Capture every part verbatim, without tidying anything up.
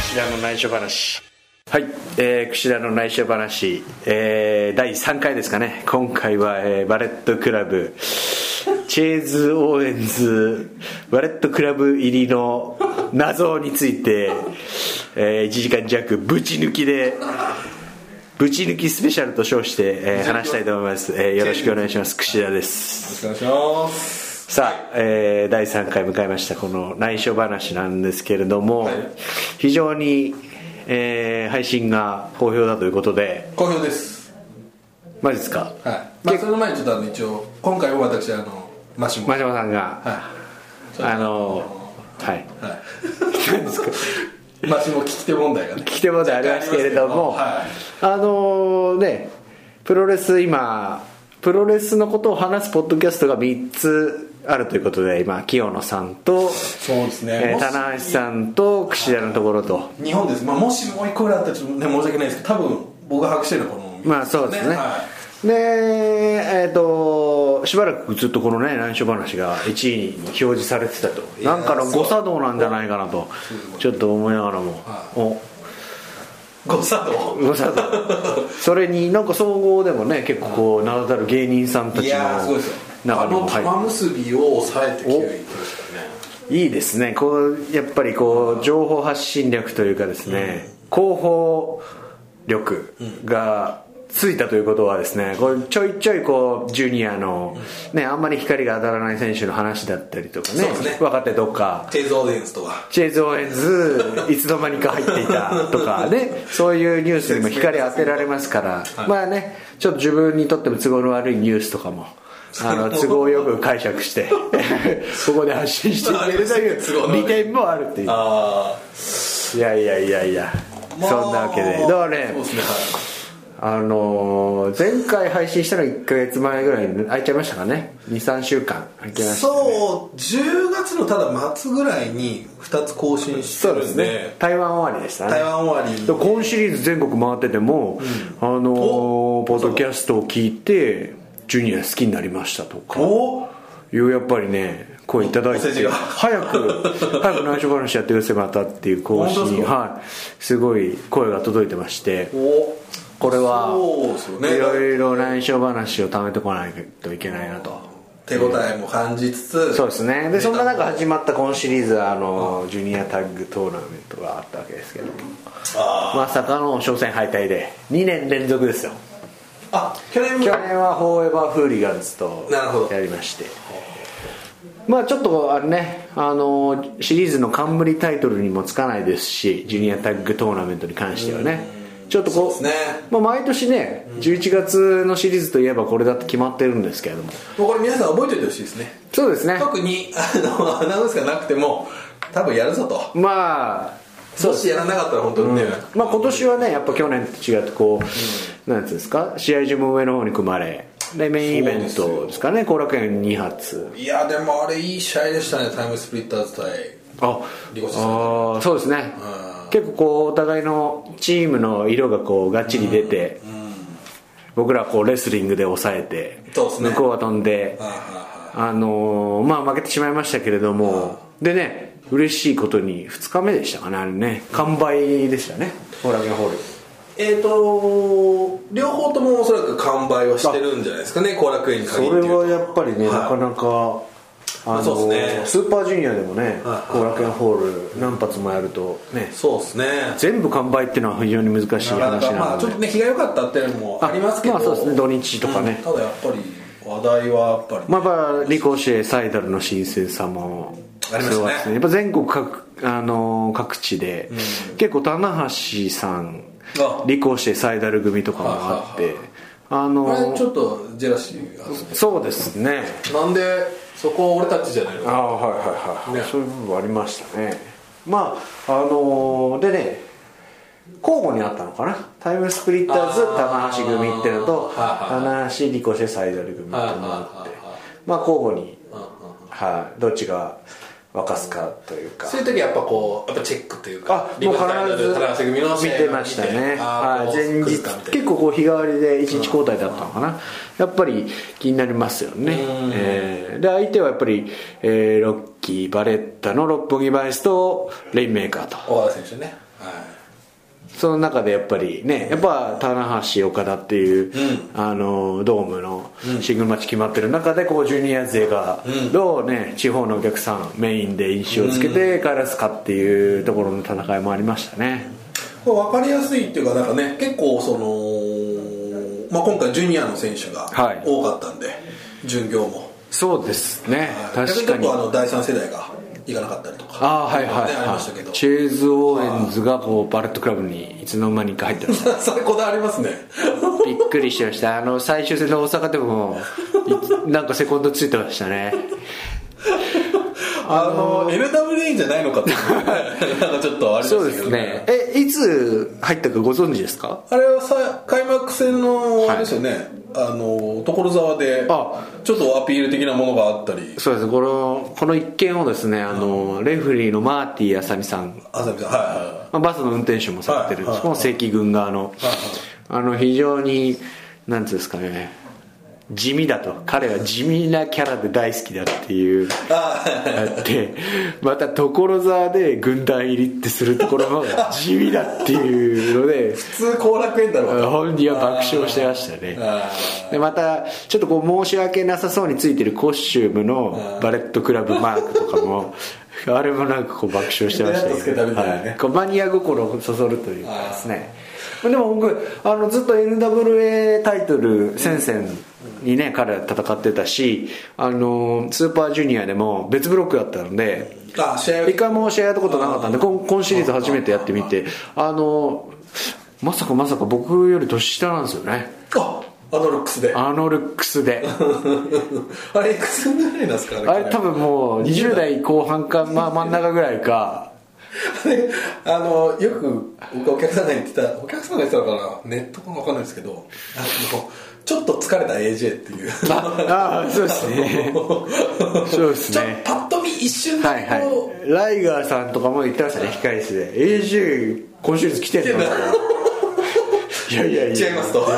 串田の内緒話。はい、えー、串田の内緒話、えー、だいさんかいですかね。今回は、えー、バレットクラブチェーズ・オーエンズバレットクラブ入りの謎について、えー、いちじかん弱ぶち抜きでぶち抜きスペシャルと称して、えー、話したいと思います、えー、よろしくお願いします。串田です。 よろしくお願いします。 さあ、えー、だいさんかい迎えましたこの内緒話なんですけれども、はい、非常に、えー、配信が好評だということで。 好評です。 マジですか。 はい、まあ、その前にちょっとあの一応今回は私あのマシモマシモさんが、 はい、 あのはい、はい、何ですかマシモ聞き手問題がね、 聞き手問題ありますけれども、はい、あのね、プロレス今プロレスのことを話すポッドキャストがみっつあるということで、今清野さんとそうですね、 えー、棚橋さんと串田のところと日本です、まあ、もしもう一個ぐらいあったらちょっと、ね、申し訳ないですけど、多分僕が把握してるのはこの、ね、 まあそうですね、はい、でえっ、ー、としばらくずっとこのね内緒話がいちいに表示されてたと、なんかの誤作動なんじゃないかなとちょっと思いながらも、はい、お誤作動誤作動それになんか総合でもね結構こう名だたる芸人さんたちの中にも入って、あの玉結びを抑えてきゅういですからね。 いいですね、こうやっぱりこう情報発信力というかですね、うん、広報力がついたということはですね、これちょいちょいこうジュニアの、ね、あんまり光が当たらない選手の話だったりとか ね, ね若手とかチェイズ・オーエンズとかチェイズ・オーエンズいつの間にか入っていたとかねそういうニュースにも光当てられますから、はい、まあねちょっと自分にとっても都合の悪いニュースとかもあの都合よく解釈してここで発信していけるという利点もあるっていう。あいやいやいやいや、まあ、そんなわけでだからね、そうですね、はい、あのー、前回配信したのいっかげつまえぐらいに空いちゃいましたかね。 にさんしゅうかん空きましたね。 そうじゅうがつのただ末ぐらいにふたつ更新してるん で, そうですね、台湾終わりでしたね。 台湾終わり今シリーズ全国回ってても、うん、あのー、ポッドキャストを聞いてジュニア好きになりましたとかいうやっぱりね声いただいて早く早く内緒話やってくださいまたっていう更新、はい、すごい声が届いてまして、これはいろいろ内緒話を貯めてこないといけないなと手応えも感じつつ、 そうですね。でそんな中始まった今シリーズはあのジュニアタッグトーナメントがあったわけですけども、まさかの初戦敗退でにねん連続ですよ。 あ去年も去年はフォーエバーフーリガンズとやりまして、まあちょっとあれね、あのシリーズの冠タイトルにもつかないですし、ジュニアタッグトーナメントに関してはね、ちょっとこう、ね、まあ、毎年ねじゅういちがつのシリーズといえばこれだって決まってるんですけれども、 もうこれ皆さん覚えておいてほしいですね。 そうですね、 特にあのアナウンスがなくても多分やるぞと、 まあもしやらなかったら本当にね、 うん、まあ、今年はねやっぱ去年と違ってこう、うん、なんていうんですか、試合順も上の方に組まれでメインイベントですかね、後楽園に発。 いやでもあれいい試合でしたね、タイムスプリッターズ対あリコシさん。あそうですね、うん、結構こうお互いのチームの色がこうがっちり出て、うんうん、僕らはこうレスリングで抑えて、ね、向こうは飛んで、あのー、まあ負けてしまいましたけれども、でね嬉しいことにふつかめでしたかね、あれね完売でしたね、後楽園ホール。 えーと両方ともおそらく完売はしてるんじゃないですかね、後楽園に限って。 それはやっぱりね、はい、なかなかあのそうですね、スーパージュニアでもね後楽園ホール何発もやるとね、 そうですね、 全部完売っていうのは非常に難しい話なので、 まあちょっとね日が良かったっていうのもありますけど、 まあそうですね、土日とかね、 うん、ただやっぱり話題はやっぱり、ね、 まあ、やっぱリコシェサイダルの新鮮さもありましたね。 やっぱ全国 各, あの各地で、うん、結構棚橋さんリコシェサイダル組とかもあって、 あのー、あれちょっとジェラシーが、ね、 そうですね、 なんでそこ俺たちじゃないのか、 あはいはいはい、ね、そういう部分ありましたね。まああのー、でね交互にあったのかな、タイムスプリッターズ棚橋組っていうのと棚橋リコシェサイダル組っていうのがあって、まあ交互に、はい、どっちが沸かすかというか、 そういう時はやっぱこうやっぱチェックというか、 あもう必ず見てましたね、はい、前日結構こう日替わりでいちにち交代だったのかな、やっぱり気になりますよね、えー、で相手はやっぱり、えー、ロッキーバレッタの六本木バイスとレインメーカーと、 小原選手ね、 その中でやっぱりね、やっぱ棚橋岡田っていう、うん、あのドームのシングルマッチ決まってる中でこうジュニア勢がどうね、地方のお客さんメインで印象をつけて帰らすかっていうところの戦いもありましたね。 これ分かりやすいっていうか、なんかね、結構その、まあ、今回ジュニアの選手が多かったんで、はい、巡業もそうですね、確かにちょっとあのだいさん世代が行かなかったりとか、 あ、はいはいはい、ね、 ありましたけど、 チェーズ・オーエンズがこうバレットクラブにいつの間にか入ってましたそれこだわりますねびっくりしました。あの最終戦の大阪でもなんかセコンドついてましたねあの エルダブリューイー じゃないのかってなんかちょっとあれでしたけど、ね、 そうですね。え、いつ入ったかご存知ですか？ あれはさ開幕戦のあれですよね、はい、あの所沢でちょっとアピール的なものがあったり。 そうです。このこの一件をですね、あの、うん、レフェリーのマーティー浅見さん、 浅見さん、はいはい、 まあ、バスの運転手もされてるんです、はいはい、この正規軍側の、はいはい、あの非常になんていうんですかね、地味だと、彼は地味なキャラで大好きだっていうあってまた所沢で軍団入りってするところも地味だっていうので普通後楽園だろう、 本人は爆笑してましたね。でまたちょっとこう申し訳なさそうについてるコスチュームのバレットクラブマークとかもあれもなんかこう爆笑してましたけど、はい、こうマニア心をそそるというかですね。でも僕あのずっと エヌダブリューエー タイトル戦線にね、彼は戦ってたし、あのスーパージュニアでも別ブロックだったので、あ一回も試合やったことなかったんで、今, 今シリーズ初めてやってみて、あのまさかまさか僕より年下なんですよね。 ああのルックスであのルックスであれいくつぐらいなんですかね。 あれ多分もうにじゅう代後半か、まあ、真ん中ぐらいかあのよく僕お客さんが言ってた、お客さんが言ってたのかな、ネットか分かんないですけど、あのちょっと疲れた エージェー っていうああそうですねそうですね、 パッと見一瞬でこう、はいはい、 ライガーさんとかも言ってましたね、控室で エージェー 今シリーズ来てんのいやいやいや違いますと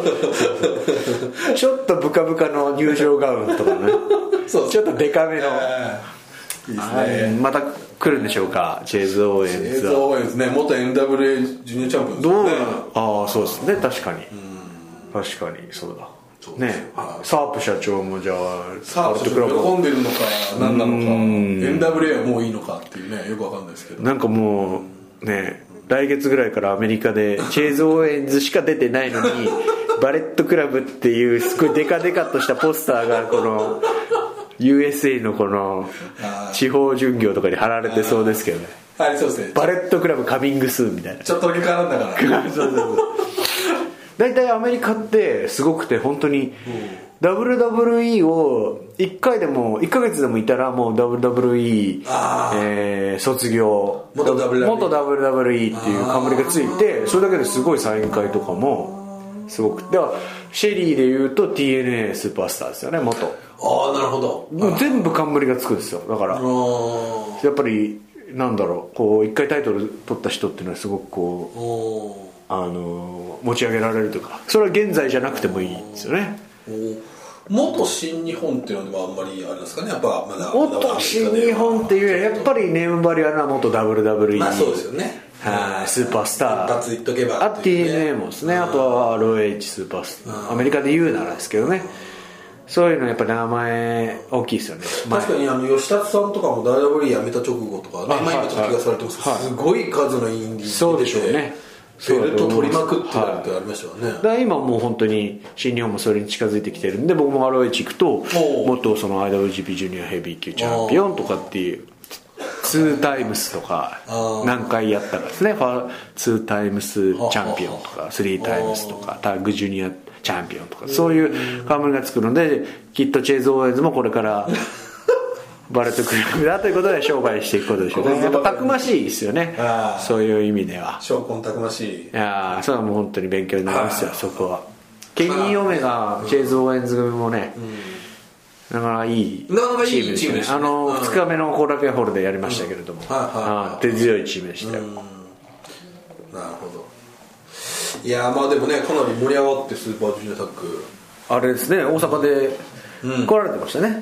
ちょっとブカブカの入場ガウンとかねそうちょっとデカめの、いいですね、また来るんでしょうか、チェーズ・オーエンズ。 チェーズ・オーエンズね、元 エヌダブリューエー ジュニアチャンピオンですね。 ああそうですね、確かに確かにそうだそうね、サープ社長もじゃあサープ社長喜んでるのか何なのか、 エヌダブリューエー はもういいのかっていうね、よくわかんないですけど、 なんかもうね、来月ぐらいからアメリカでチェーズ・オーエンズしか出てないのにバレットクラブっていうすごいデカデカとしたポスターがこのユーエスエー のこの地方巡業とかに貼られてそうですけどね。 ありそうですね。 バレットクラブカミングスーみたいな、 ちょっとだけ絡んだからそうそうそう大体アメリカってすごくて、本当に ダブリューダブリューイー をいっかいでもいっかげつでもいたらもう ダブリューダブリューイー、えー、卒業元 ダブリューダブリューイー元 ダブリューダブリューイー っていう冠がついて、それだけですごいサイン会とかもすごく、だからシェリーでいうと ティーエヌエー スーパースターですよね、元。 ああなるほど、 もう全部冠がつくんですよ。だからやっぱりなんだろう、こう一回タイトル取った人っていうのはすごくこうあの持ち上げられるというか、それは現在じゃなくてもいいんですよね。 元新日本っていうのはあんまりあれですかね、やっぱまだ元新日本っていうやっぱりネームバリューあるのは元 ダブリューダブリューイー、 まあそうですよね、 はい、スーパースター、 一発言っとけば、 あ ティーエヌエー もですね、あとは アールオーエイチ スーパースター、アメリカで言うならですけどね、そういうのやっぱり名前大きいですよね。 確かにあの吉達さんとかも ダブリューダブリューイー 辞めた直後とかね、今今ちょっと気がされてますけど、はい、すごい数のインディーに出てて、 そうでしょうね、 ベルト取りまくってたってありましたよね、はい、 だから今もう本当に新日本もそれに近づいてきてるんで、僕も アールオーエイチ 行くともっとその アイダブリュージーピー ジュニアヘビー級チャンピオンとかっていうにタイムスとか何回やったかですね、にタイムスチャンピオンとかさんタイムスとかタッグジュニアチャンピオンとかそういう冠がつくので、きっとチェーズ・オーエンズもこれからバレットクラブだということで商売していくことでしょうね。やっぱたくましいですよね、そういう意味では。 証拠たくましい。 いやそれはもう本当に勉強になりますよ、そこは。ケニー・オメガ、チェーズ・オーエンズ組もね、なかなかいいチームですね。あのふつかめの後楽園ホールでやりましたけれども、手強いチームでしたよ。 なるほど。いやまあでもね、かなり盛り上がってスーパージュニアタッグ、 あれですね、大阪で来られてましたね、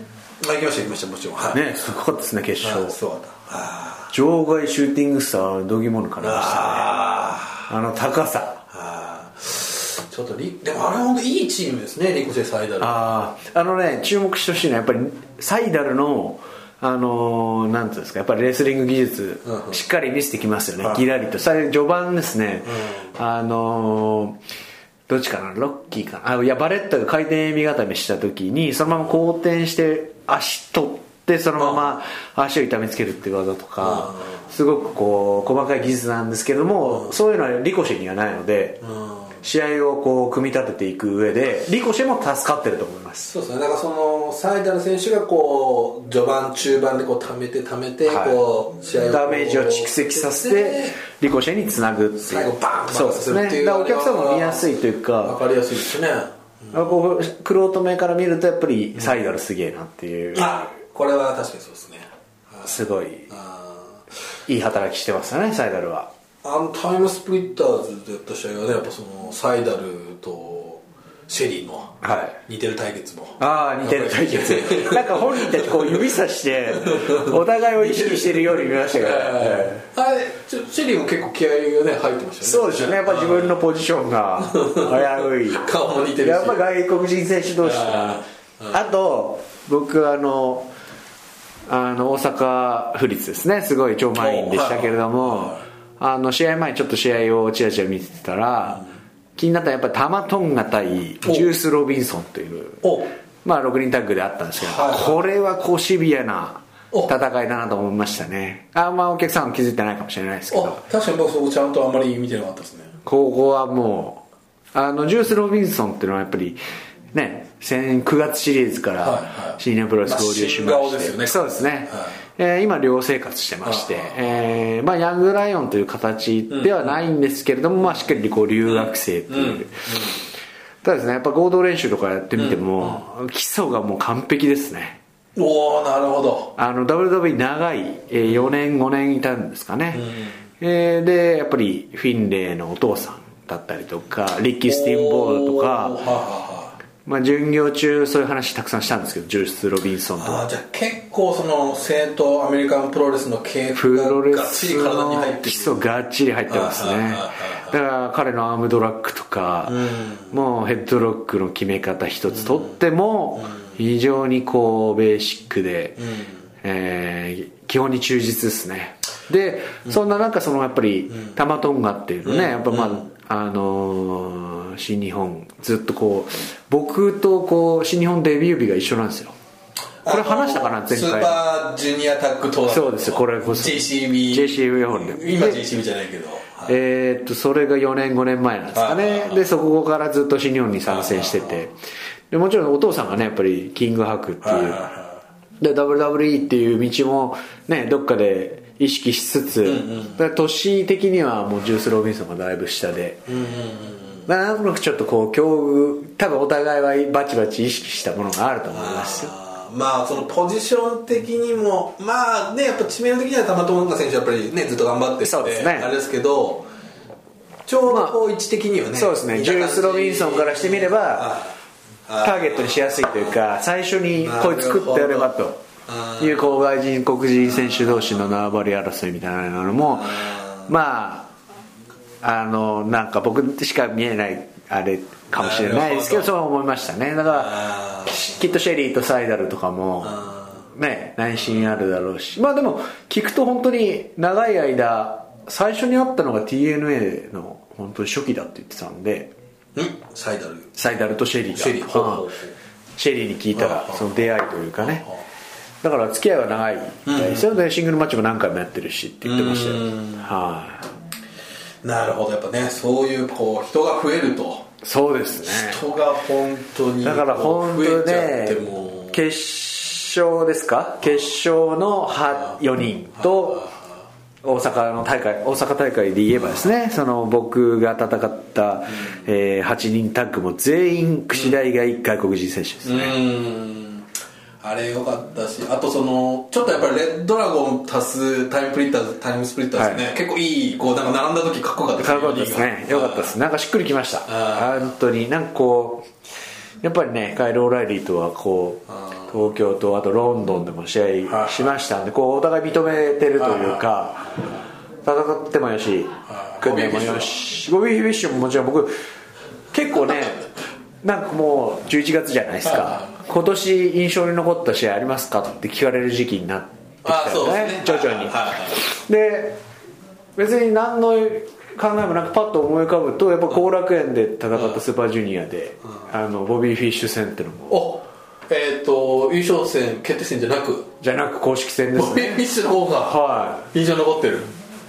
あ、行きました行きましたもちろん、はい、 ね、すごかったですね決勝。 そうだった。 場外シューティングスター度肝抜かれましたね。ああの高さ。 ちょっとリでもあれは本当いいチームですね、リコシェサイダル。 あああのね、注目してほしいのはやっぱりサイダルのあのー、なんていうんですか、やっぱりレスリング技術、うんうん、しっかり見せてきますよね、ギラリと。それ序盤ですね、うん、あのー、どっちかな、ロッキーかな、あ、いやバレットが回転エビ固めした時にそのまま後転して足取ってそのまま足を痛めつけるっていう技とか、うん、すごくこう細かい技術なんですけども、うん、そういうのはリコシェにはないので、うん、試合をこう組み立てていく上でリコシェも助かってると思います。 そうですね、だからそのサイダル選手がこう序盤中盤でこう溜めて溜めて、はい、こう試合をダメージを蓄積させてリコシェにつなぐっていう、 最後バーンとそうですね、だからお客さんも見やすいというか分かりやすいですね、 うん、こうクロート目から見るとやっぱりサイダルすげえなっていう、うん、 あ、これは確かにそうですね、 すごいいい働きしてますよねサイダルは。 あのタイムスプリッターズでやった試合はね、やっぱそのサイダルとシェリーの似てる対決も、 はい、ああ似てる対決なんか本人たちこう指さしてお互いを意識してるように見ましたけど、 ね、あれシェリーも結構気合がね入ってましたね。 そうですよね、やっぱ自分のポジションが危うい顔も似てるし、 やっぱ外国人選手同士だ。あと僕あのあの大阪府立ですね、すごい超満員でしたけれども、あの試合前ちょっと試合をチラチラ見てたら、うん、気になったらやっぱりタマトンガ対ジュース・ロビンソンというまあろくにんタッグであったんですけど、はいはい、これはこうシビアな戦いだなと思いましたね。あんまお客さんは気づいてないかもしれないですけど、 確かに僕そこちゃんとあんまり見てなかったですね。 ここはもうあのジュース・ロビンソンっていうのはやっぱりね、くがつシリーズから新日本プロレス合流しまして、はいはい、そうですね、はい、えー、今寮生活してまして、えーまあ、ヤングライオンという形ではないんですけれども、うん、まあ、しっかりこう留学生っていう、うんうん、ただですね、やっぱ合同練習とかやってみても、うんうん、基礎がもう完璧ですね。 おお、なるほど。 あの ダブリューダブリュー 長い、えー、よねんごねんいたんですかね、うん、えー、でやっぱりフィンレイのお父さんだったりとかリッキー・スティーンボードとか、まあ、巡業中そういう話たくさんしたんですけど、ジュース・ロビンソンとか。 あ、じゃあ結構その正統アメリカンプロレスの系譜ががっちり体に入ってる、 基礎がっちり入ってますね。だから彼のアームドラッグとか、うん、もうヘッドロックの決め方一つとっても非常にこうベーシックで、うん、えー、基本に忠実ですね。で、うん、そんな中そのやっぱり、うん、タマトンガっていうのね、やっぱまあ、うん、あのー新日本ずっとこう僕とこう新日本デビュー日が一緒なんですよ。これ話したかな、前回。 スーパージュニアタッグトーナメント。 そうですよ、これこそジェーシービージェーシービー 本で今 ジェーシービー じゃないけど、はい、 えー、っとそれがよねんごねんまえなんですかね。でそこからずっと新日本に参戦してて、でもちろんお父さんがねやっぱりキングハクっていうで ダブリューダブリューイー っていう道もねどっかで意識しつつ、うんうん、だ年的にはもうジュース・ロビンソンがだいぶ下で、うんうんうん、なんとなくちょっとこう境遇多分お互いはバチバチ意識したものがあると思いますよ。 あ、まあそのポジション的にもまあねやっぱ知名度的には玉友選手やっぱりねずっと頑張ってて、 そうですね、 あれですけどちょうどこう位置的にはね、まあ、 そうですね、ジュース・ロビンソンからしてみればターゲットにしやすいというか最初にこいつ食ってやればというこう外人黒人選手同士の縄張り争いみたいなのもまああのなんか僕しか見えないあれかもしれないですけどそう思いましたね。だからきっとシェリーとサイダルとかもね内心あるだろうし、まあでも聞くと本当に長い間最初に会ったのが ティーエヌエー の本当に初期だって言ってたんで、 んサイダルサイダルとシェリーがシェリー、はあ、 シェリーに聞いたらその出会いというかね、だから付き合いは長いみたいですよ、うん、でシングルマッチも何回もやってるしって言ってましたよ。はい、 なるほど、やっぱねそういうこう人が増えるとそうですね、 人が本当にだから本当ね決勝ですか、決勝のよにんと大阪の大会大阪大会で言えばですね、その僕が戦った、うんえー、はちにんタッグも全員櫛田以外外国人選手ですね。 うんあれ良かったし、あとそのちょっとやっぱりレッドラゴン足すタイムプリッターズタイムスプリッターズね、はい、結構いいこうなんか並んだ時かっこよかったですね。 かっこよかったですね、良かったです。なんかしっくりきました本当に。なんかこうやっぱりねカイル・オライリーとはこう東京とあとロンドンでも試合しましたんで、こうお互い認めてるというか、戦ってもよし組んでもよし、ボビー・フィッシュももちろん僕結構ねなんかもうじゅういちがつじゃないですか、今年印象に残った試合ありますかって聞かれる時期になってきたよね、ね徐々に。で別に何の考えもなくパッと思い浮かぶとやっぱ後楽園で戦ったスーパージュニアで、うん、あのボビー・フィッシュ戦っていうのもおえー、と優勝戦決定戦じゃなくじゃなく公式戦ですね。 ボビー・フィッシュの方が印象に残ってる、はい、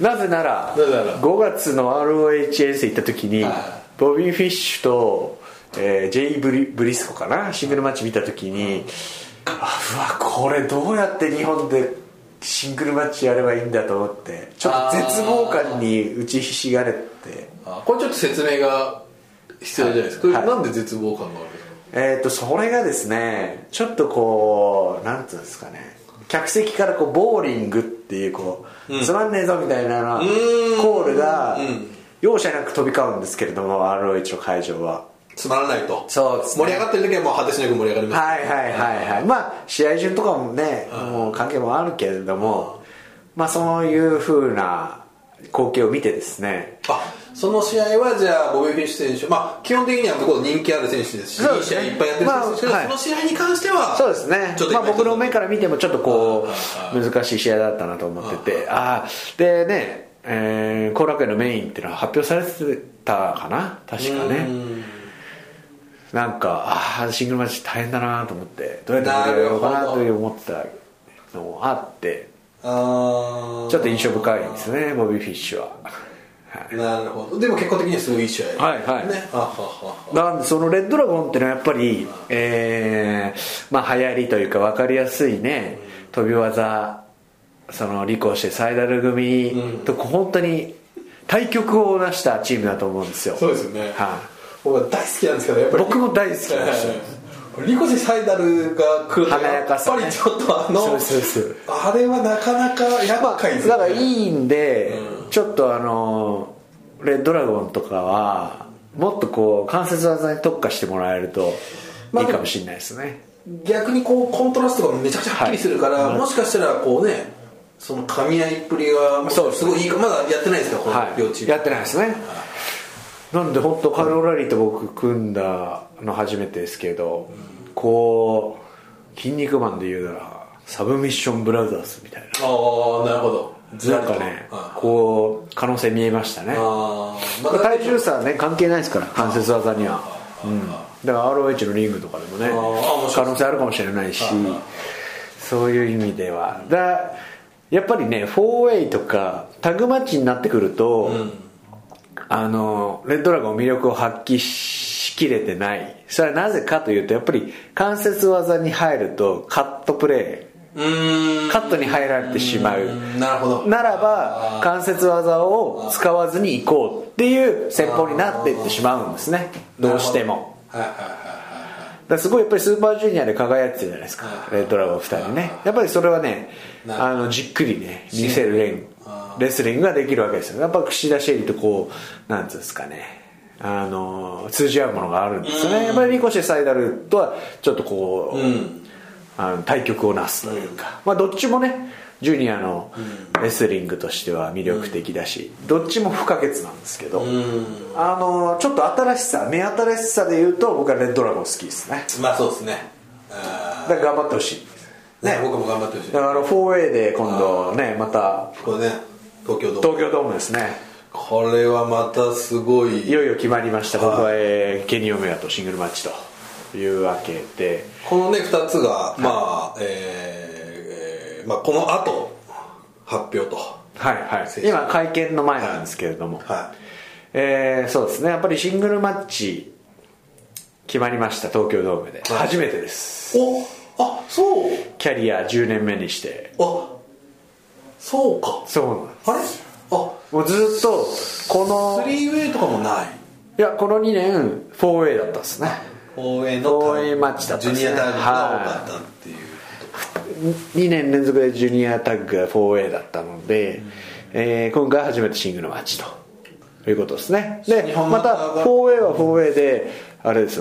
なぜならごがつの アールオーエイチ 遠征行った時に、はい、ボビー・フィッシュと、えー、ジェイ・ブリ、ブリスコかなシングルマッチ見た時に、うん、あうわこれどうやって日本でシングルマッチやればいいんだと思ってちょっと絶望感に打ちひしがれて、 あこれちょっと説明が必要じゃないですか、はい、なんで絶望感があるんですか。 えーとそれがですねちょっとこうなんていうんですかね、客席からこうボーリングっていうこう、うん、つまんねえぞみたいなコールが容赦なく飛び交うんですけれども アールオーエイチ の会場はつまらないと。 そうですね、 盛り上がってる時はもう果てしなく盛り上がります、 はいはいはいはい、まあ試合中とかもねもう関係もあるけれども、まあそういう風な光景を見てですね、 あその試合はじゃあボビー・フィッシュ選手、まあ基本的には向こう人気ある選手ですし、いい試合いっぱいやってる選手ですけど、まあはい、その試合に関してはそうですね、まあ、僕の目から見てもちょっとこう難しい試合だったなと思ってて、ああでね後、えー、楽園のメインっていうのは発表されてたかな確かね。なんかああシングルマッチ大変だなと思ってどうやって盛り上げようかなと思ってたのもあってあちょっと印象深いですねボビー・フィッシュは、 はい、なるほど。でも結果的にはすごいいい試合、 はいはい、 ね、あははなんでそのレッドラゴンっていうのはやっぱり、えー、まあ流行りというか分かりやすいね、うん、飛び技そのリコしてサイダル組と本当に対極をなしたチームだと思うんですよ。 そうですよね、はい、僕は大好きなんですけどやっぱり僕も大好きなんですよリコシサイダルが来ると華やかさ、ね、 やっぱりちょっとあのそうそうそうあれはなかなか厄介ですね、 まあ、だからいいんで、うん、ちょっとあのレッドラゴンとかはもっとこう関節技に特化してもらえるといいかもしれないですね、 まあ、逆にこうコントラストがめちゃくちゃはっきりするから、はい、もしかしたらこうねその噛み合いっぷりがすごいいいか、まだやってないですかこの両チーム、 はい、やってないですね、はい、なんで本当カルオラリーと僕組んだの初めてですけど、うん、こう筋肉マンでいうならサブミッションブラザーズみたいな、 ああなるほど、 なんかね、はい、こう可能性見えましたね。あ、まあ、体重差はね関係ないですから関節技には、うん、だから アールオーエイチ のリングとかでもね可能性あるかもしれないし、そういう意味ではだやっぱりね フォーウェイ とかタグマッチになってくると、うん、あのレッドラゴン魅力を発揮しきれてない。それはなぜかというとやっぱり関節技に入るとカットプレー、うーんカットに入られてしまう、 なるほど、 ならば関節技を使わずに行こうっていう戦法になっていってしまうんですね、どうしても。はいはいはいはい、だすごいやっぱりスーパージュニアで輝いてたじゃないですか、レッドラゴンふたりね。やっぱりそれはねあのじっくりね見せるレンレスリングができるわけですよ。やっぱ櫛田シェリとこうなんていうんですかね、あの通じ合うものがあるんですよね。やっぱりリコシェサイダルとはちょっとこう、うん、あの対極をなすというか、まあどっちもねジュニアのレスリングとしては魅力的だし、どっちも不可欠なんですけど、あのちょっと新しさ目新しさでいうと僕はレッドラゴン好きですね。 まあそうですね、 だから頑張ってほしいね、僕も頑張ってほしい。 だから フォーウェイ で今度ねまたこれね東京ドーム東京ドームですね。 これはまたすごいいよいよ決まりました。僕は、えー、ケニー・オメガとシングルマッチというわけで、 このねふたつが、はい、まあ、えーえーまあ、この後発表と、 はいはい、今会見の前なんですけれども、はいはい、えー、そうですね、やっぱりシングルマッチ決まりました。東京ドームで、はい、初めてです。 おあそうキャリアじゅうねんめにして。 あそうかそうなんです。 あれあもうずっとこのスリーウェイとかもない。 いやこのにねん フォーウェイだったんですね。 フォーウェイのフォーウェイマッチだったんですね。 ジュニアタッグが多かったっていうことか。にねん連続でジュニアタッグが フォーウェイだったので、うん、えー、今回初めてシングルマッチということですね。でまた フォーウェイ は フォーウェイ であれですよね、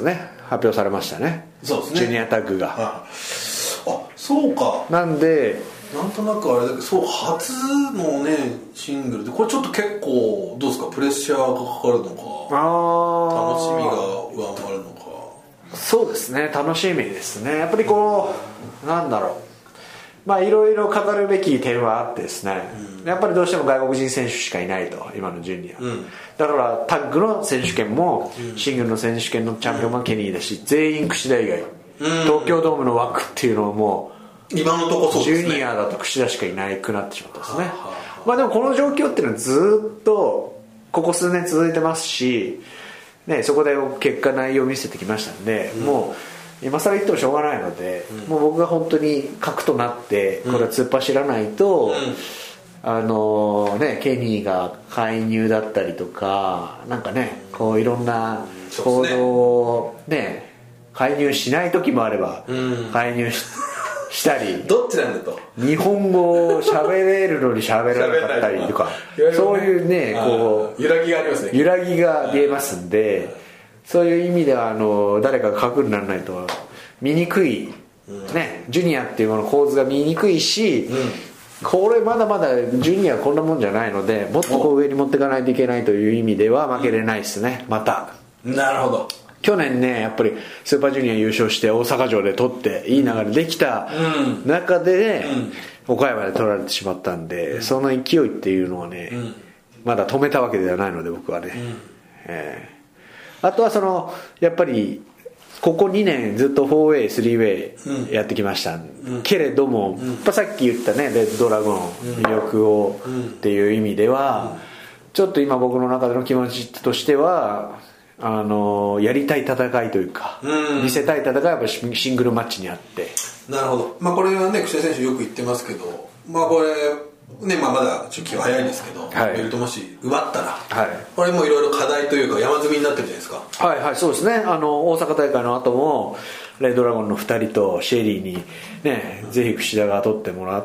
発表されましたね。 そうですね、 ジュニアタッグが、 はい、あそうか。 なんでなんとなくあれだけど、そう初のねシングルでこれちょっと結構どうですか、プレッシャーがかかるのか、 あ楽しみが上回るのか。 そうですね、楽しみですね。やっぱりこうなんだろう、まあいろいろ語るべき点はあってですね、うん、やっぱりどうしても外国人選手しかいないと、今のジュニア、うん、だからタッグの選手権も、うん、シングルの選手権のチャンピオンはケニーだし、うん、全員櫛田以外、うん、東京ドームの枠っていうのはもう今のところそうですね、 ジュニアだと櫛田しかいなくなってしまったんですね。まあでもこの状況っていうのはずっとここ数年続いてますし、ね、そこで結果内容を見せてきましたんで、うん、もう今更言ってもしょうがないので、うん、もう僕が本当に核となってこれは突っ走らないと、うん、あのね、ケニーが介入だったりとかなんかね、こういろんな行動をね、介入しない時もあれば、うん、介入ししたり、 どっちなんだと、 日本語を喋れるのに喋らなかったりとかそういうね、こう揺らぎがありますね、 揺らぎが見えますんで、そういう意味ではあの誰かが核にならないと見にくい、ね、ジュニアっていうものの構図が見にくいし、うん、これまだまだジュニアはこんなもんじゃないので、もっとこう上に持っていかないといけないという意味では負けれないですね。またなるほど、 去年ねやっぱりスーパージュニア優勝して大阪城で取っていい流れできた中で、うん、岡山で取られてしまったんで、うん、その勢いっていうのはね、うん、まだ止めたわけではないので僕はね、うんえー、あとはそのやっぱりここにねんずっと フォーウェイ、スリーウェイ やってきました、うん、けれども、うん、やっぱさっき言ったねレッドドラゴン魅力をっていう意味では、うん、ちょっと今僕の中での気持ちとしてはあのやりたい戦いというか、うん、見せたい戦いはやっぱシングルマッチにあって。 なるほど、まあ、これはね櫛田選手よく言ってますけど、まあこれね、まあ、まだ初期は早いんですけど、はい、ベルトもし奪ったら、はい、これもいろいろ課題というか山積みになってるじゃないですか。 はいはい、そうですね。あの大阪大会の後もレッドドラゴンのふたりとシェリーにね、うん、ぜひ櫛田が取ってもらって、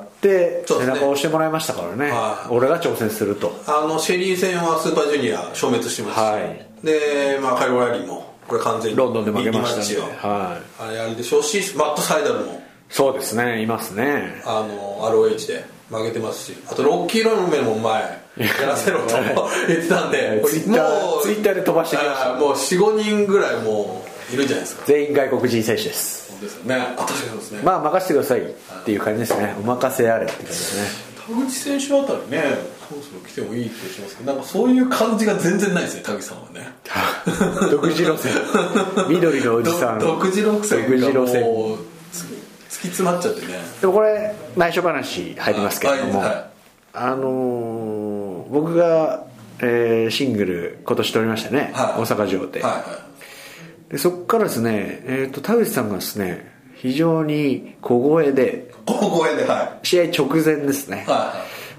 背中を押してもらいましたからね、はい、俺が挑戦すると。 あのシェリー戦はスーパージュニア消滅してますし、はい、で、まあ、カイロラリーもこれ完全にロンドンで負けましたね、 はい、あれあれでしょうし、マット・サイダルもそうですね、いますね、 あの アールオーエイチ で負けてますし、あとロッキー・ロンメルも前やらせろと言ってたんでツイッター、ツイッターで飛ばしてきました、 もう よん、ごにんぐらいもういるんじゃないですか。 全員外国人選手です。 そうですよね、あ、確かにそうですね。 まあ任せてくださいっていう感じですね、お任せあれって感じですね。 田口選手あたりね、そろそろ来てもいい気がしますけど、なんかそういう感じが全然ないですね、田口さんはね独自路線緑のおじさん独自路線がもう突き詰まっちゃってね。 でもこれ内緒話入りますけれども、はいはい、あのー、僕が、えー、シングル今年取りましたね、はい、大阪城で、はいはい、でそこからですね、えーと、田口さんがですね非常に小声で小声で、はい、 試合直前ですね、はい、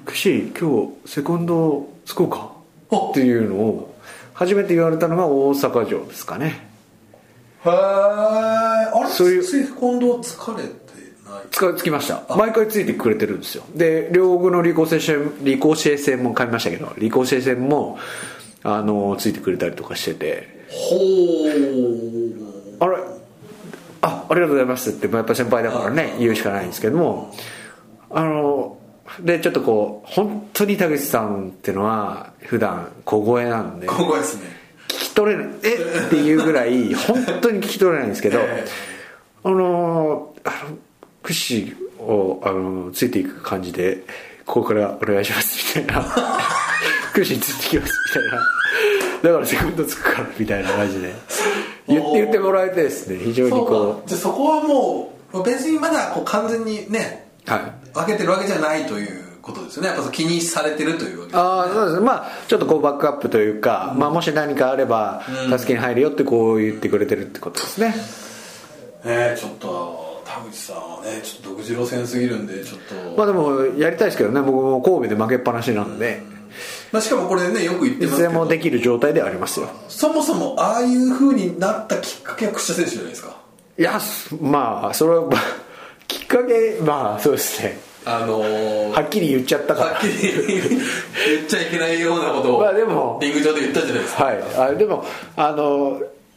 くし今日セコンドつこうかっていうのを初めて言われたのが大阪城ですかね。 へえ、あれそういうセコンド疲れてない？ つかつきました。毎回ついてくれてるんですよ。で両国のリコーシェリコーシェ戦も買いましたけど、リコーシェ戦もあのついてくれたりとかしてて、 ほう、あれあありがとうございますってやっぱ先輩だからね言うしかないんですけども、あのでちょっとこう本当に田口さんっていうのは普段小声なんで小声ですね、 聞き取れないえっていうぐらい本当に聞き取れないんですけど、えー、あのあのクッシーをあのついていく感じでここからお願いしますみたいなクッシーついてきますみたいな、だからセコンドつくからみたいな感じで言って言ってもらえてですね、非常にこうじゃあそこはもう別にまだこう完全にね、はい、分けてるわけじゃないということですよね。やっぱ気にされてるというわけですね。 ああ、そうですね。まあちょっとこうバックアップというか、うん、まあもし何かあれば助けに入るよってこう言ってくれてるってことですね。 うん、えー、ちょっと田口さんはねちょっと独自路線すぎるんでちょっとまあでもやりたいですけどね、僕も神戸で負けっぱなしなんで、うん、 まあ、しかもこれねよく言ってますけどいつでもできる状態ではありますよ。 そもそもああいう風になったきっかけは櫛田選手じゃないですか。 いやまあそれはきっかけまあそうですね、 あのー、 はっきり言っちゃったからはっきり言っちゃいけないようなことをまあでもリング上で言ったじゃないですか。 はい、あでもあの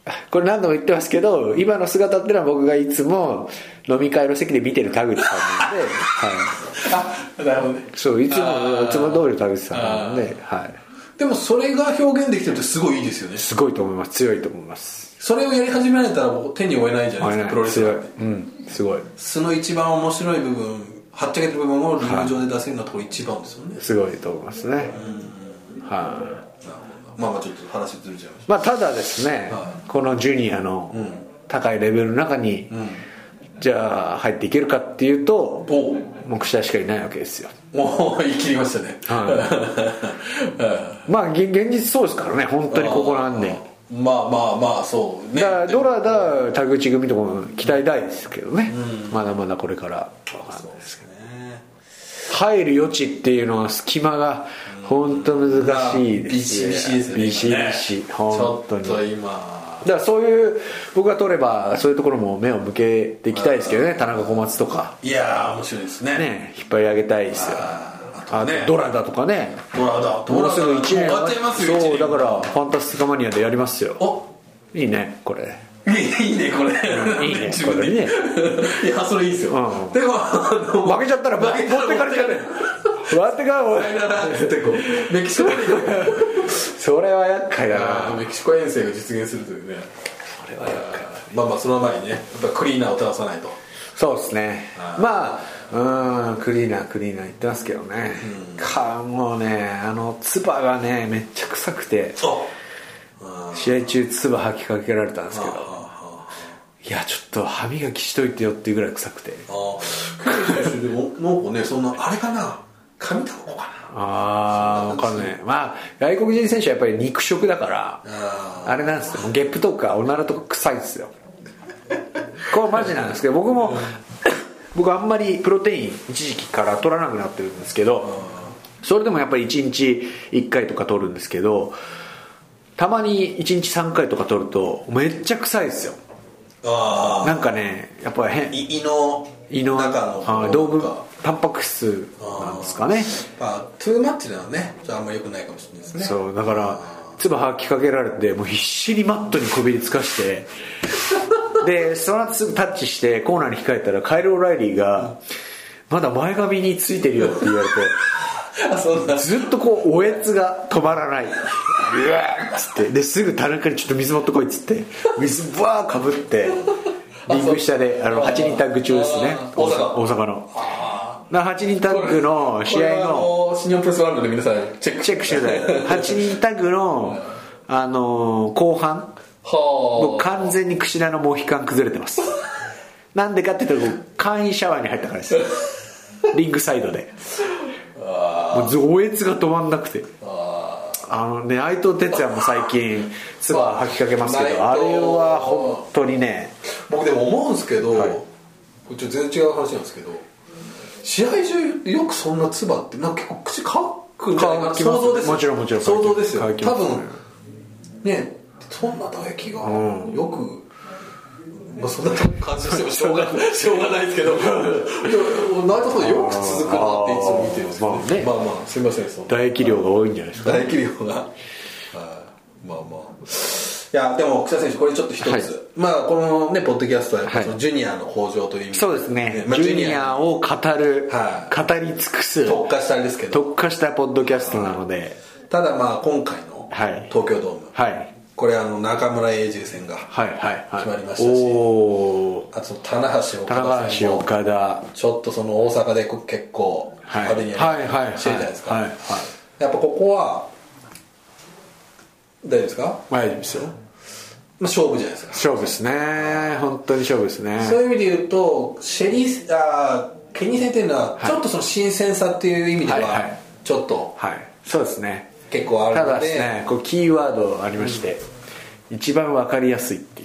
これ何度も言ってますけど、今の姿っていうのは僕がいつも飲み会の席で見てる田口さんなんで、 はい、あ、なるほどね。 そう、いつもいつも通り田口さんなんで、はい。 でもそれが表現できてるってすごいいいですよね。 すごいと思います。強いと思います。 それをやり始められたらもう手に負えないじゃないですか、プロレス強い、うん、すごい。 その一番面白い部分、はっちゃけてる部分をリング上で出せるのはところ一番ですよね。 すごいと思いますね。はい、 あ、まあまあちょっと話ずれちゃいました。 まあただですね、はい、このジュニアの高いレベルの中に、うん、じゃあ入っていけるかっていうと、目下しかいないわけですよ。 もう言い切りましたね。 はい、まあ現実そうですからね、本当にここなんで。 まあまあまあそうね。 だからドラダ田口組とかも期待大ですけどね、うん、まだまだこれから分かんないですけどね。入る余地っていうのは隙間が本当難しいですね。 ビシビシですね。 ビシビシ、本当に。 ちょっと今だからそういう僕が取ればそういうところも目を向けていきたいですけどね、田中小松とか。 いやー面白いですね。 ね、引っ張り上げたいですよ。あとドラダとかね。 ドラダもうすぐいちねん終わっちゃいますよ。 そうだからファンタスティカマニアでやりますよ。 お、 いいねこれ。 いいねこれ。 いいねこれね。 いやそれいいですよ。うん、でも負けちゃったら持ってかれちゃうね。待ってかおい。 メキシコそれは厄介だな。 メキシコ遠征が実現するというね。 それは厄介だ。 まあまあその前にね、やっぱクリーナーを正さないと。 そうですね。まあ。うん、クリーナークリーナー言ってますけどね、うん、かもうね、あの唾がねめっちゃ臭くて、試合中唾吐きかけられたんですけど、いやちょっと歯磨きしといてよっていうぐらい臭くて、 あでもなんかね、そんなあれかな、紙タバコかな、 ああ分かんない。まあ外国人選手はやっぱり肉食だから、あ, あれなんですよ、ゲップとかおならとか臭いですよ。これマジなんですけど、僕も僕あんまりプロテイン一時期から取らなくなってるんですけど、それでもやっぱりいちにちいっかいとか取るんですけど、たまにいちにちさんかいとか取るとめっちゃ臭いですよ。あ、なんかね、やっぱり変、 胃の胃の中の道具タンパク質なんですかね。 あ、トゥーマッチなのね、あんまり良くないかもしれないですね。 そうだから唾吐きかけられて、もう必死にマットにこびりつかしてでその後すぐタッチしてコーナーに控えたらカイル・オライリーがまだ前髪についてるよって言われてあ、そうだ、ずっとこうおえつが止まらない、うわーっつって、ですぐ田中にちょっと水持ってこいっつって水バーかぶってリング下であのはちにんタッグ中ですね、大阪、大阪のはちにんタッグの試合の新日本プロレスワールドで皆さんチェックチェックしてください。はちにんタッグのあのー、後半もう完全に櫛田のモヒカン崩れてます。なんでかって言ったら簡易シャワーに入ったからですリングサイドでもうおえつが止まんなくて、ああのね、内藤哲也も最近唾吐きかけますけど、あれは本当にね、 僕でも思うんですけど、はい、こっち全然違う話なんですけど、試合中よくそんな唾ってなんか結構口乾くんじゃないかな、想像ですよ、 もちろんもちろん想像ですよ、多分ね、そんな唾液がよく、うんまあ、そんな感じしてもしょうがないしょうがないですけど内藤さんよく続くなっていつも見てるんですけど、まあね、まあまあすみません、そ唾液量が多いんじゃないですか、 唾液量がまあまあいやでも草選手これちょっと一つ、はい、まあこのねポッドキャストはやっぱそのジュニアの向上という意味で、 そうですね、まあ、ジュニアを語る、はい、語り尽くす特化したんですけど特化したポッドキャストなので、 ただまあ今回の東京ドーム、はい、これあの中村英二戦が決まりましたし、はいはいはい、おあと棚橋岡田戦も岡田ちょっとその大阪で結構派手にやるしてるじゃないですか、はいはいはいはい、やっぱここは大丈夫ですか？ 大丈夫ですよ、 まあ、勝負じゃないですか。 勝負ですね、本当に勝負ですね。 そういう意味で言うとシェリーあケニー戦っていうのはちょっとその新鮮さっていう意味ではちょっと、 はいはいはい、そうですね、 結構あるので、 ただですね、こうキーワードありまして、うん、一番分かりやすいっていう、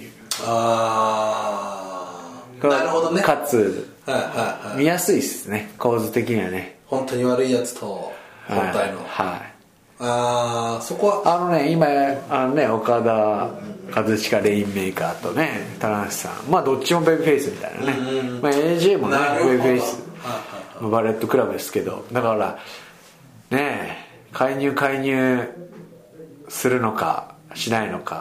ああなるほどね、 かつ、 はいはいはい、 見やすいですね、構図的にはね、 本当に悪いやつと本体の、 はい、はい、 あそこはあのね、今あのね岡田和親レインメーカーとね棚橋さん、まあどっちもベイビーフェイスみたいなね、うんうん、まあ、エージェー もねベイビーフェイスのバレットクラブですけど、だからね介入介入するのかしないのか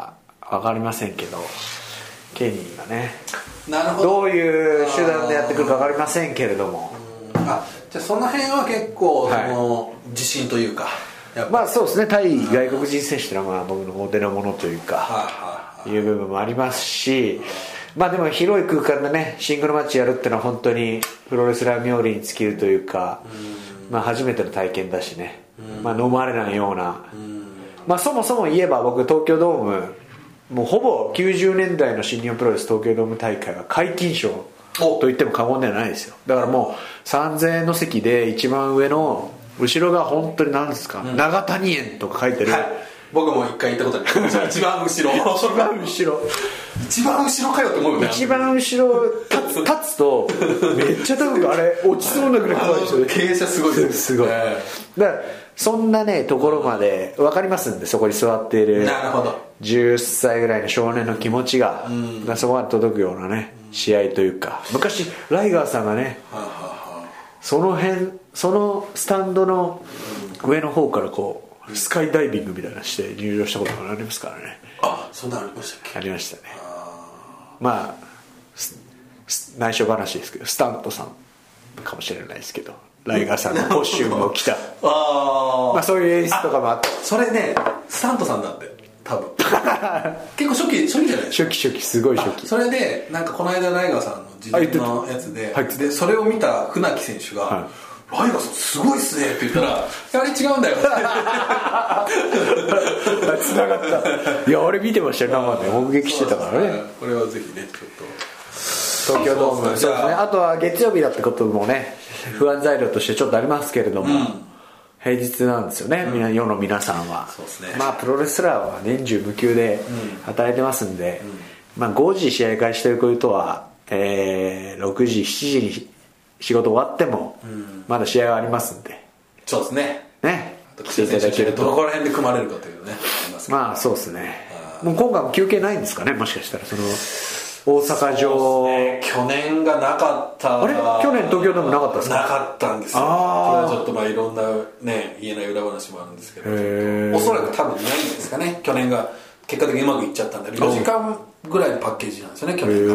分かりませんけど、ケニーがねなるほど、 どういう手段でやってくるか分かりませんけれども、 あじゃあその辺は結構、 はい、 その自信というか、 まあそうですね、対外国人選手というのはまあ僕のお手の物というか、はい、いう部分もありますし、まあでも広い空間でねシングルマッチやるっていうのは本当にプロレスラー冥利に尽きるというか、まあ初めての体験だしね、まあ飲まれないような、まあそもそも言えば僕東京ドームもうほぼきゅうじゅうねんだいの新日本プロレス東京ドーム大会は皆勤賞と言っても過言ではないですよ。だからもうさんぜんえんの席で一番上の後ろが本当に何ですか、うん、長谷園とか書いてる、はい、 僕も一回行ったことある一番後ろ一番後ろ一番後ろかよって思うよね。 一番後ろ立つ、立つとめっちゃ高くあれ落ちそうなぐらい怖いですよね。 傾斜すごいですすごい、えー、だからそんなねところまで分かりますんで、そこに座っているなるほどじゅっさいぐらいの少年の気持ちが、うん、がそこまで届くようなね試合というか、昔ライガーさんがね、はあはあ、その辺そのスタンドの上の方からこうスカイダイビングみたいなして入場したことがありますからね。 あ、そんなのありましたっけ。 ありましたね。まあ内緒話ですけどスタントさんかもしれないですけど、ライガーさんのコスチュームを着たあ、まあ、そういう演出とかもあって、 それねスタントさんだって多分結構初期初期じゃないですか。 初期初期すごい初期。 それでなんかこの間ライガーさんの自分のやつ で, でそれを見た船木選手が、はい、ライガーさんすごいっすねって言ったらあれ違うんだよ繋がった。いや俺見てましたよ生で目撃してたからね。 これはぜひねちょっと東京ドームそうですね。あとは月曜日だってこともね不安材料としてちょっとありますけれども、うん、平日なんですよね、うん、世の皆さんは。そうですね、まあプロレスラーは年中無休で働いてますんで、うん、まあごじ試合開始ということは、えー、ろくじしちじに仕事終わってもまだ試合はありますんで、 そうですねね来ていただけるとどこら辺で組まれるかというねまあそうですね。もう今回も休憩ないんですかね、もしかしたらその大阪城、 ね、去年がなかった。 あれ去年東京ドームなかったですか。 なかったんですよ。これはちょっとまあいろんなね言えない裏話もあるんですけど、おそらく多分ないんですかね。去年が結果的にうまくいっちゃったんでよじかんぐらいのパッケージなんですよね去年が。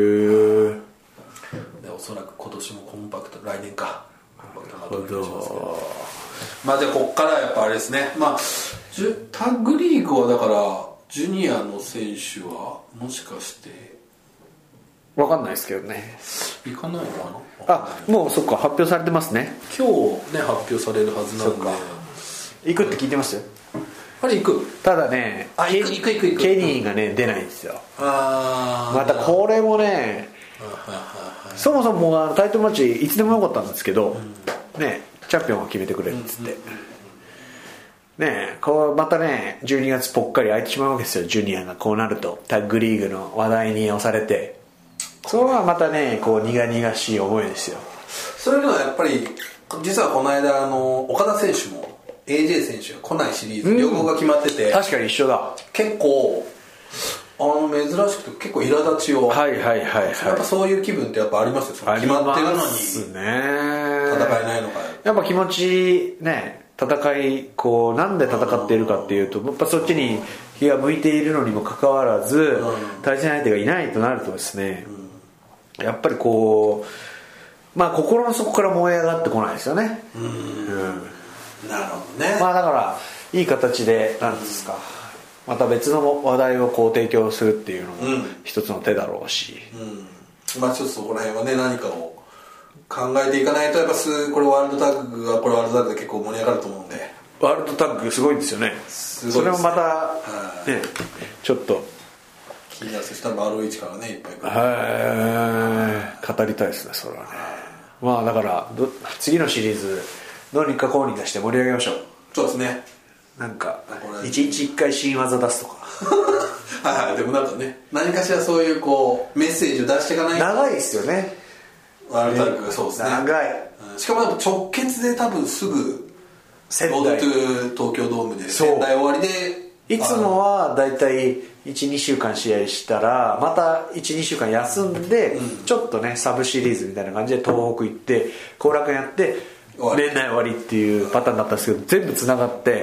でおそらく今年もコンパクト、来年かコンパクトなまとめにしますけど、まあじゃあこっからやっぱあれですね、まあタッグリーグはだからジュニアの選手はもしかして分かんないですけどね。 行かないのかなあ、もうそっか発表されてますね。 今日ね発表されるはずなんで行くって聞いてますよ。 あれ行く。 ただねあ行く行く行く行くケニーがね、うん、出ないんですよ。 あまたこれもねそもそもあのタイトルマッチいつでもよかったんですけど、うん、ねチャンピオンが決めてくれるっつって、うんうんうん、ねこうまたねじゅうにがつぽっかり空いてしまうわけですよ。ジュニアがこうなるとタッグリーグの話題に押されて、それはまたねこう苦々しい思いですよ。 それではやっぱり実はこの間あの岡田選手も エージェー 選手が来ないシリーズ、うん、両方が決まってて確かに一緒だ。 結構あの珍しくて結構苛立ちを、 はいはいはいはい、 やっぱそういう気分ってやっぱありますよ。その決まってるのに戦えないのか。 やっぱ気持ちね戦いこうなんで戦っているかっていうとやっぱそっちに気が向いているのにもかかわらず、うん、対戦相手がいないとなるとですね、うん、やっぱりこうまあ心の底から燃え上がってこないですよね。うん、うん、 なるほどね。 まあだからいい形でなんですか、また別の話題をこう提供するっていうのも一つの手だろうし、 うん、まあちょっとそこら辺はね何かを考えていかないとやっぱすこれワールドタッグがこれワールドタッグで結構盛り上がると思うんで。 ワールドタッグすごいんですよね。すごいですね。それもまたねちょっと気になる。そしたら アールオーエイチ からねいっぱい来る。 はい語りたいですねそれはね。まあだから次のシリーズどうにかこうにかして盛り上げましょう。 そうですね。 なんか一日一回新技出すとかはいはい。でもなんかね何かしらそういうこうメッセージを出していかないと。 長いですよねワールドタッグが。そうですね長い、 うん、しかも直結で多分すぐ仙台東京ドームで仙台終わりでいつもはだいたい いちにしゅうかん試合したらまた いちにしゅうかん休んで、うん、ちょっとねサブシリーズみたいな感じで東北行って後楽園やって年内終わりっていうパターンだったんですけど全部つながって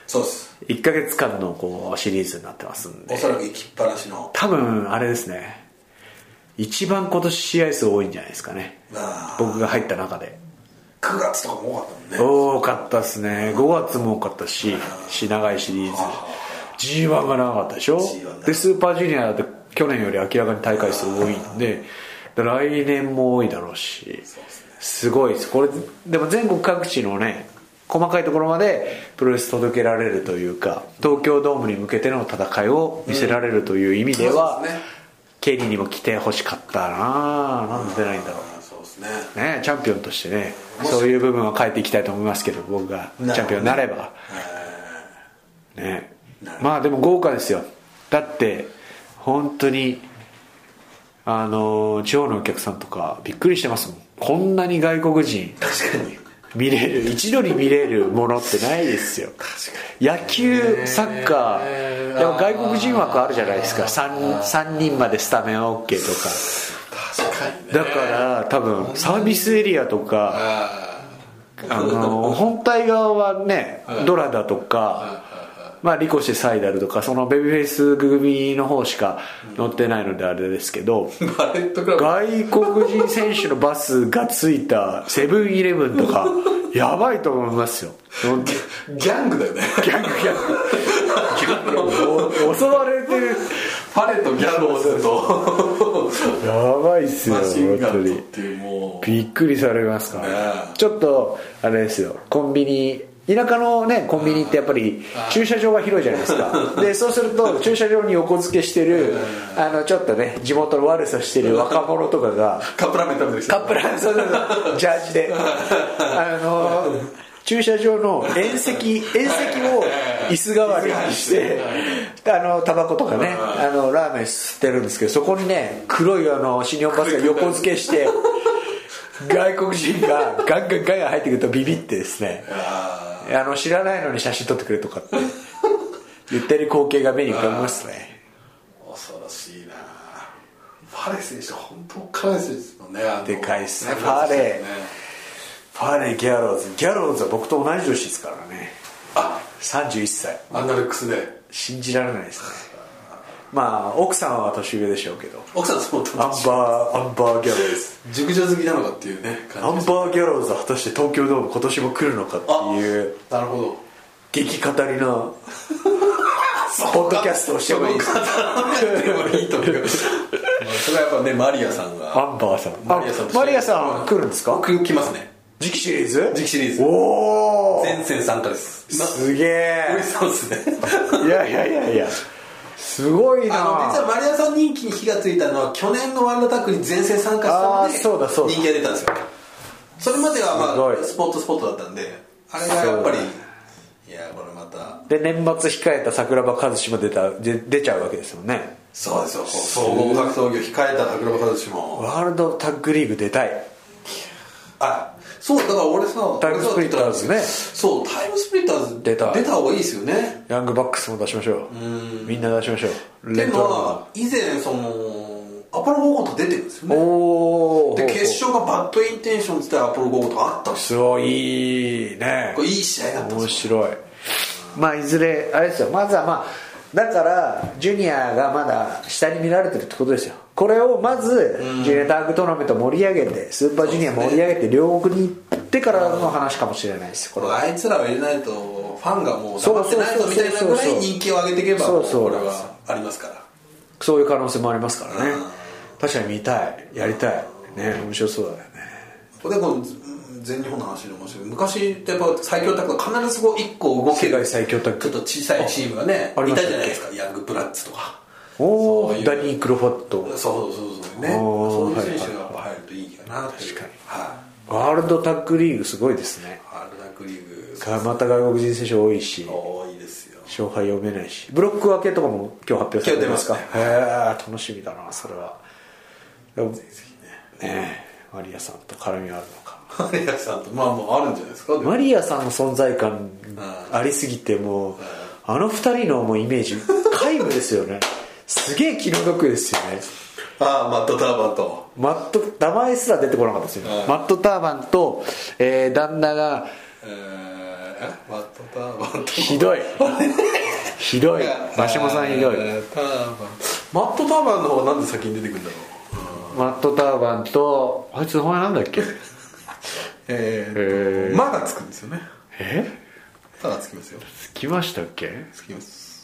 そうです。 いっかげつかんのこうシリーズになってますんで、 おそらく行きっぱなしの、 多分あれですね、一番今年試合数多いんじゃないですかね、僕が入った中で。 くがつとかも多かったもんね。 多かったですね。ごがつも多かったし、長いシリーズ ジーワン が長かったでしょ。でスーパージュニアだって去年より明らかに大会数多いんで、来年も多いだろうし、すごいですこれ。でも全国各地のね細かいところまでプロレス届けられるというか、東京ドームに向けての戦いを見せられるという意味では、うんケリーにも来てほしかったな。なんで出ないんだろう。 そうですね。 ね、チャンピオンとしてね、そういう部分は変えていきたいと思いますけど、僕がチャンピオンになれば、ね、まあでも豪華ですよ。だって本当にあの地方のお客さんとかびっくりしてますもん。こんなに外国人確かに見れる、一度に見れるものってないですよ。野球、サッカー、でも外国人枠あるじゃないですか。 3, 3人までスタメン OK とか。 確かにね。 だから多分サービスエリアとか、あの本体側はねドラだとか、まあリコシェサイダルとかそのベビーフェイス組の方しか乗ってないのであれですけど、外国人選手のバスがついたセブンイレブンとかやばいと思いますよ。 ギャングだよね。 ギャングギャング襲われてるパレットギャングをするとやばいっすよ本当に。びっくりされますから、ね、ちょっとあれですよ、コンビニ田舎のねコンビニってやっぱり駐車場が広いじゃないですか。でそうすると駐車場に横付けしてるあのちょっとね地元の悪さしてる若者とかがカップラーメン食べてる人、 カップラーメンそうそうそうジャージであの駐車場の縁石縁石を椅子代わりにしてあのタバコとかねあのラーメン吸ってるんですけど、そこにね黒いあのシニョンバスが横付けして外国人がガンガンガンガン入ってくるとビビってですね、あの知らないのに写真撮ってくれとかって言ってる光景が目に浮かびますね。 恐ろしいな。ファレ選手本当かいですよね。 でかいっすね。ファレファレギャローズギャローズは僕と同じ年ですからね。 あさんじゅういっさい。 あんなルックスで信じられないですね。まあ奥さんは年上でしょうけど、 奥さんそうアンバーアンバーギャローズ熟女好きなのかっていうね感じ。アンバーギャローズは果たして東京ドーム今年も来るのかっていう、 なるほど、 激語りのポッドキャストをしてもいいですか。 いいと思う。それはやっぱねマリアさんがアンバーさんマリアさんマリアさん来るんですか。 来ますね。 次期シリーズ次期シリーズおお全戦参加です。 すげえ嬉しそうですね。 いやいやいやいやすごいな。 あの実はマリアさん人気に火がついたのは去年のワールドタックに全戦参加したので人気が出たんですよ。それまではまあスポットスポットだったんで、あれがやっぱりいやこれまたで年末控えた桜庭和志も出たで出ちゃうわけですよね。 そうですよ。総合格闘技を控えた桜庭和志もワールドタッグリーグ出たい。 あそうだから俺さタイムスプリッターズね。 そうタイムスプリッターズ出た出た方がいいですよね。 ヤングバックスも出しましょう。うんみんな出しましょう。 でも以前そのアポロゴーゴーと出てるんですよね。おで決勝がバッドインテンションズってアポロゴーゴーとあったんですよ。 すごいいいね。 これいい試合だったんですよ。 面白い。まあいずれあれですよ。まずはまあだからジュニアがまだ下に見られてるってことですよ。これをまずジュニアタッグトーナメント盛り上げてスーパージュニア盛り上げて両国に行ってからの話かもしれないです。これあいつらを入れないとファンがもう黙ってないとみたいなぐらい人気を上げていけばこれはありますから、 そういう可能性もありますからね。確かに見たいやりたいね。面白そうだよね。 これこの全日本の話で面白い。昔ってやっぱ最強タッグが必ずこういっこ動ける世界最強タッグちょっと小さいチームがねいたじゃないですか。ヤングブラッツとかおおダニー・クロフォット。 そうそうそうね。そういう選手がやっぱ入るといいかな。確かに、 はい、ワールドタッグリーグすごいですね。 ワールドタッグリーグまた外国人選手多いし多いですよ。 勝敗読めないしブロック分けとかも今日発表されてますか。 今日出ますね。へえ楽しみだなそれは。ぜひぜひね。ねえマリアさんと絡みあるのか。 マリアさんとまあまああるんじゃないですか。 マリアさんの存在感ありすぎてもうあの二人のもうイメージ皆無ですよね。すげえ気の毒ですよね。 ああマットターバンとマット名前すら出てこなかったですよ。マットターバンと、えー、旦那が、 えマットターバンとひどいひどいマシモさんひどい。 ターバンマットターバンの方がなんで先に出てくるんだろう。 マットターバンとあいつの名前なんだっけえー、マがつくんですよね。 えマがつきますよ。 つきましたっけ。 つきます。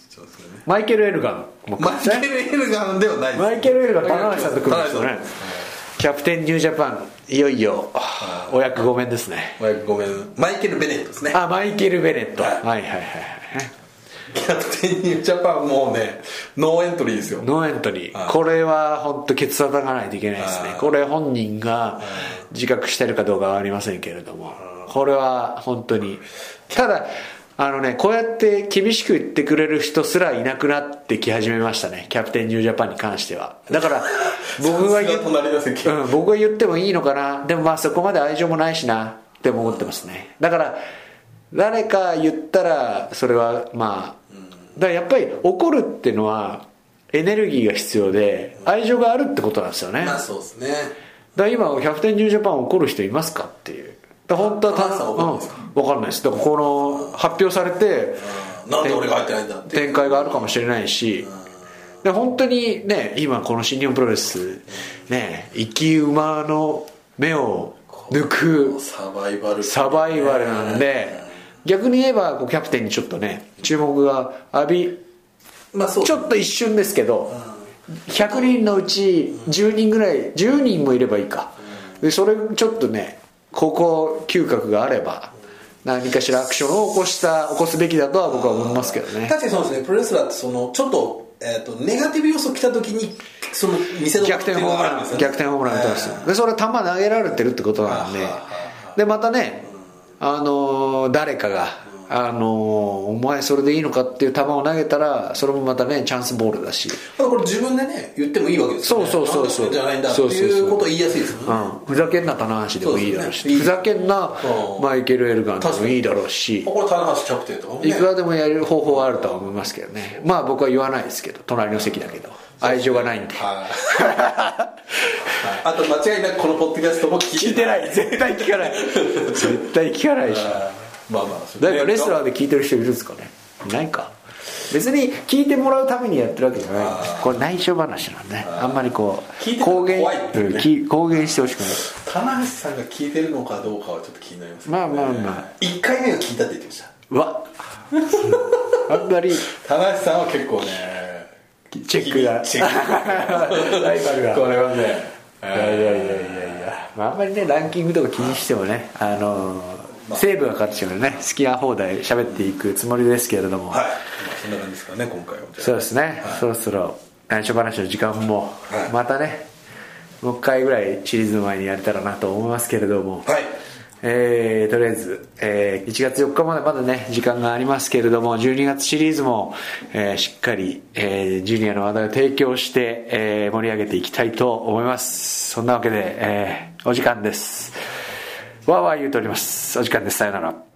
ちょっとね、 マイケル・エルガン。 マイケル・エルガンではないです。 マイケル・エルガン棚橋さんと組むんですよね。キャプテンニュージャパンいよいよお役御免ですね。 お役御免。マイケル・ベネットですね。 あ、マイケル・ベネット、はい、はいはいはいはい。 キャプテンニュージャパンもうねノーエントリーですよ。 ノーエントリー。これは本当ケツ叩かないといけないですね。これ本人が自覚してるかどうかはありませんけれども、これは本当にただあのね、こうやって厳しく言ってくれる人すらいなくなってき始めましたね、キャプテンニュージャパンに関しては。だから僕が言, うん、僕が言ってもいいのかな。でもまあそこまで愛情もないしなって思ってますね。だから誰か言ったらそれはまあだからやっぱり怒るっていうのはエネルギーが必要で愛情があるってことなんですよね。 まあそうですね。だから今キャプテンニュージャパン怒る人いますかっていう。本当はた、うん、分かんないです。だからこの発表されてなんで俺が入ってないんだって展開があるかもしれないし、で本当にね今この新日本プロレスね生き馬の目を抜くサバイバルサバイバルなんで、逆に言えばこうキャプテンにちょっとね注目が浴び、まあ、そうちょっと一瞬ですけど、ひゃくにんのうちじゅうにんぐらいじゅうにんもいればいいかで、それちょっとねここ嗅覚があれば何かしらアクションを起こした起こすべきだとは僕は思いますけどね。 確かにそうですね。プロレスラーってそのちょっと、えー、とネガティブ要素来た時にその見せどころっていうのがあるんですよね。 逆転ホームラン打たれてますよ。でそれ球投げられてるってことなんで、でまたねあのー、誰かがあのー、お前それでいいのかっていう球を投げたらそれもまたねチャンスボールだし、 ただこれ自分でね言ってもいいわけですよね。 そうそうそうそう、 じゃないんだっていうことを言いやすいですよね。 うん、ふざけんな棚橋でもいいだろうし、ね、ふざけんなマイケル・エルガンでもいいだろうし、 これ棚橋キャプテンとかもねいくらでもやる方法はあるとは思いますけどね。まあ僕は言わないですけど、隣の席だけど愛情がないんで、はいあと間違いなくこのポッドキャストも聞いてない、絶対聞かない絶対聞かないし、 まあまあ誰かレスラーで聞いてる人いるんですかね。いないか。別に聞いてもらうためにやってるわけじゃない。これ内緒話なんで、ね、あんまりこう公言、ね、公言してほしくない。 棚橋さんが聞いてるのかどうかはちょっと気になりますけど、ね、 まあまあまあいっかいめが聞いたって言ってました。 うわあんまり棚橋さんは結構ねチェックがチェックライバルがこれはね、 いやいやいやいやいや、まあ、あんまりねランキングとか気にしてもね、あのーセーブが勝ってしまうね、好きな放題喋っていくつもりですけれども、 はい、そんな感じですかね今回は。 そうですね、はい、そろそろ内緒話の時間もまたね、もう一回ぐらいシリーズの前にやれたらなと思いますけれども、 はい、 えー、とりあえず、えー、いちがつよっかまでまだね時間がありますけれども、じゅうにがつシリーズも、えー、しっかり、えー、ジュニアの話題を提供して、えー、盛り上げていきたいと思います。そんなわけで、えー、お時間です。わーわー言うとおります。お時間です。さよなら。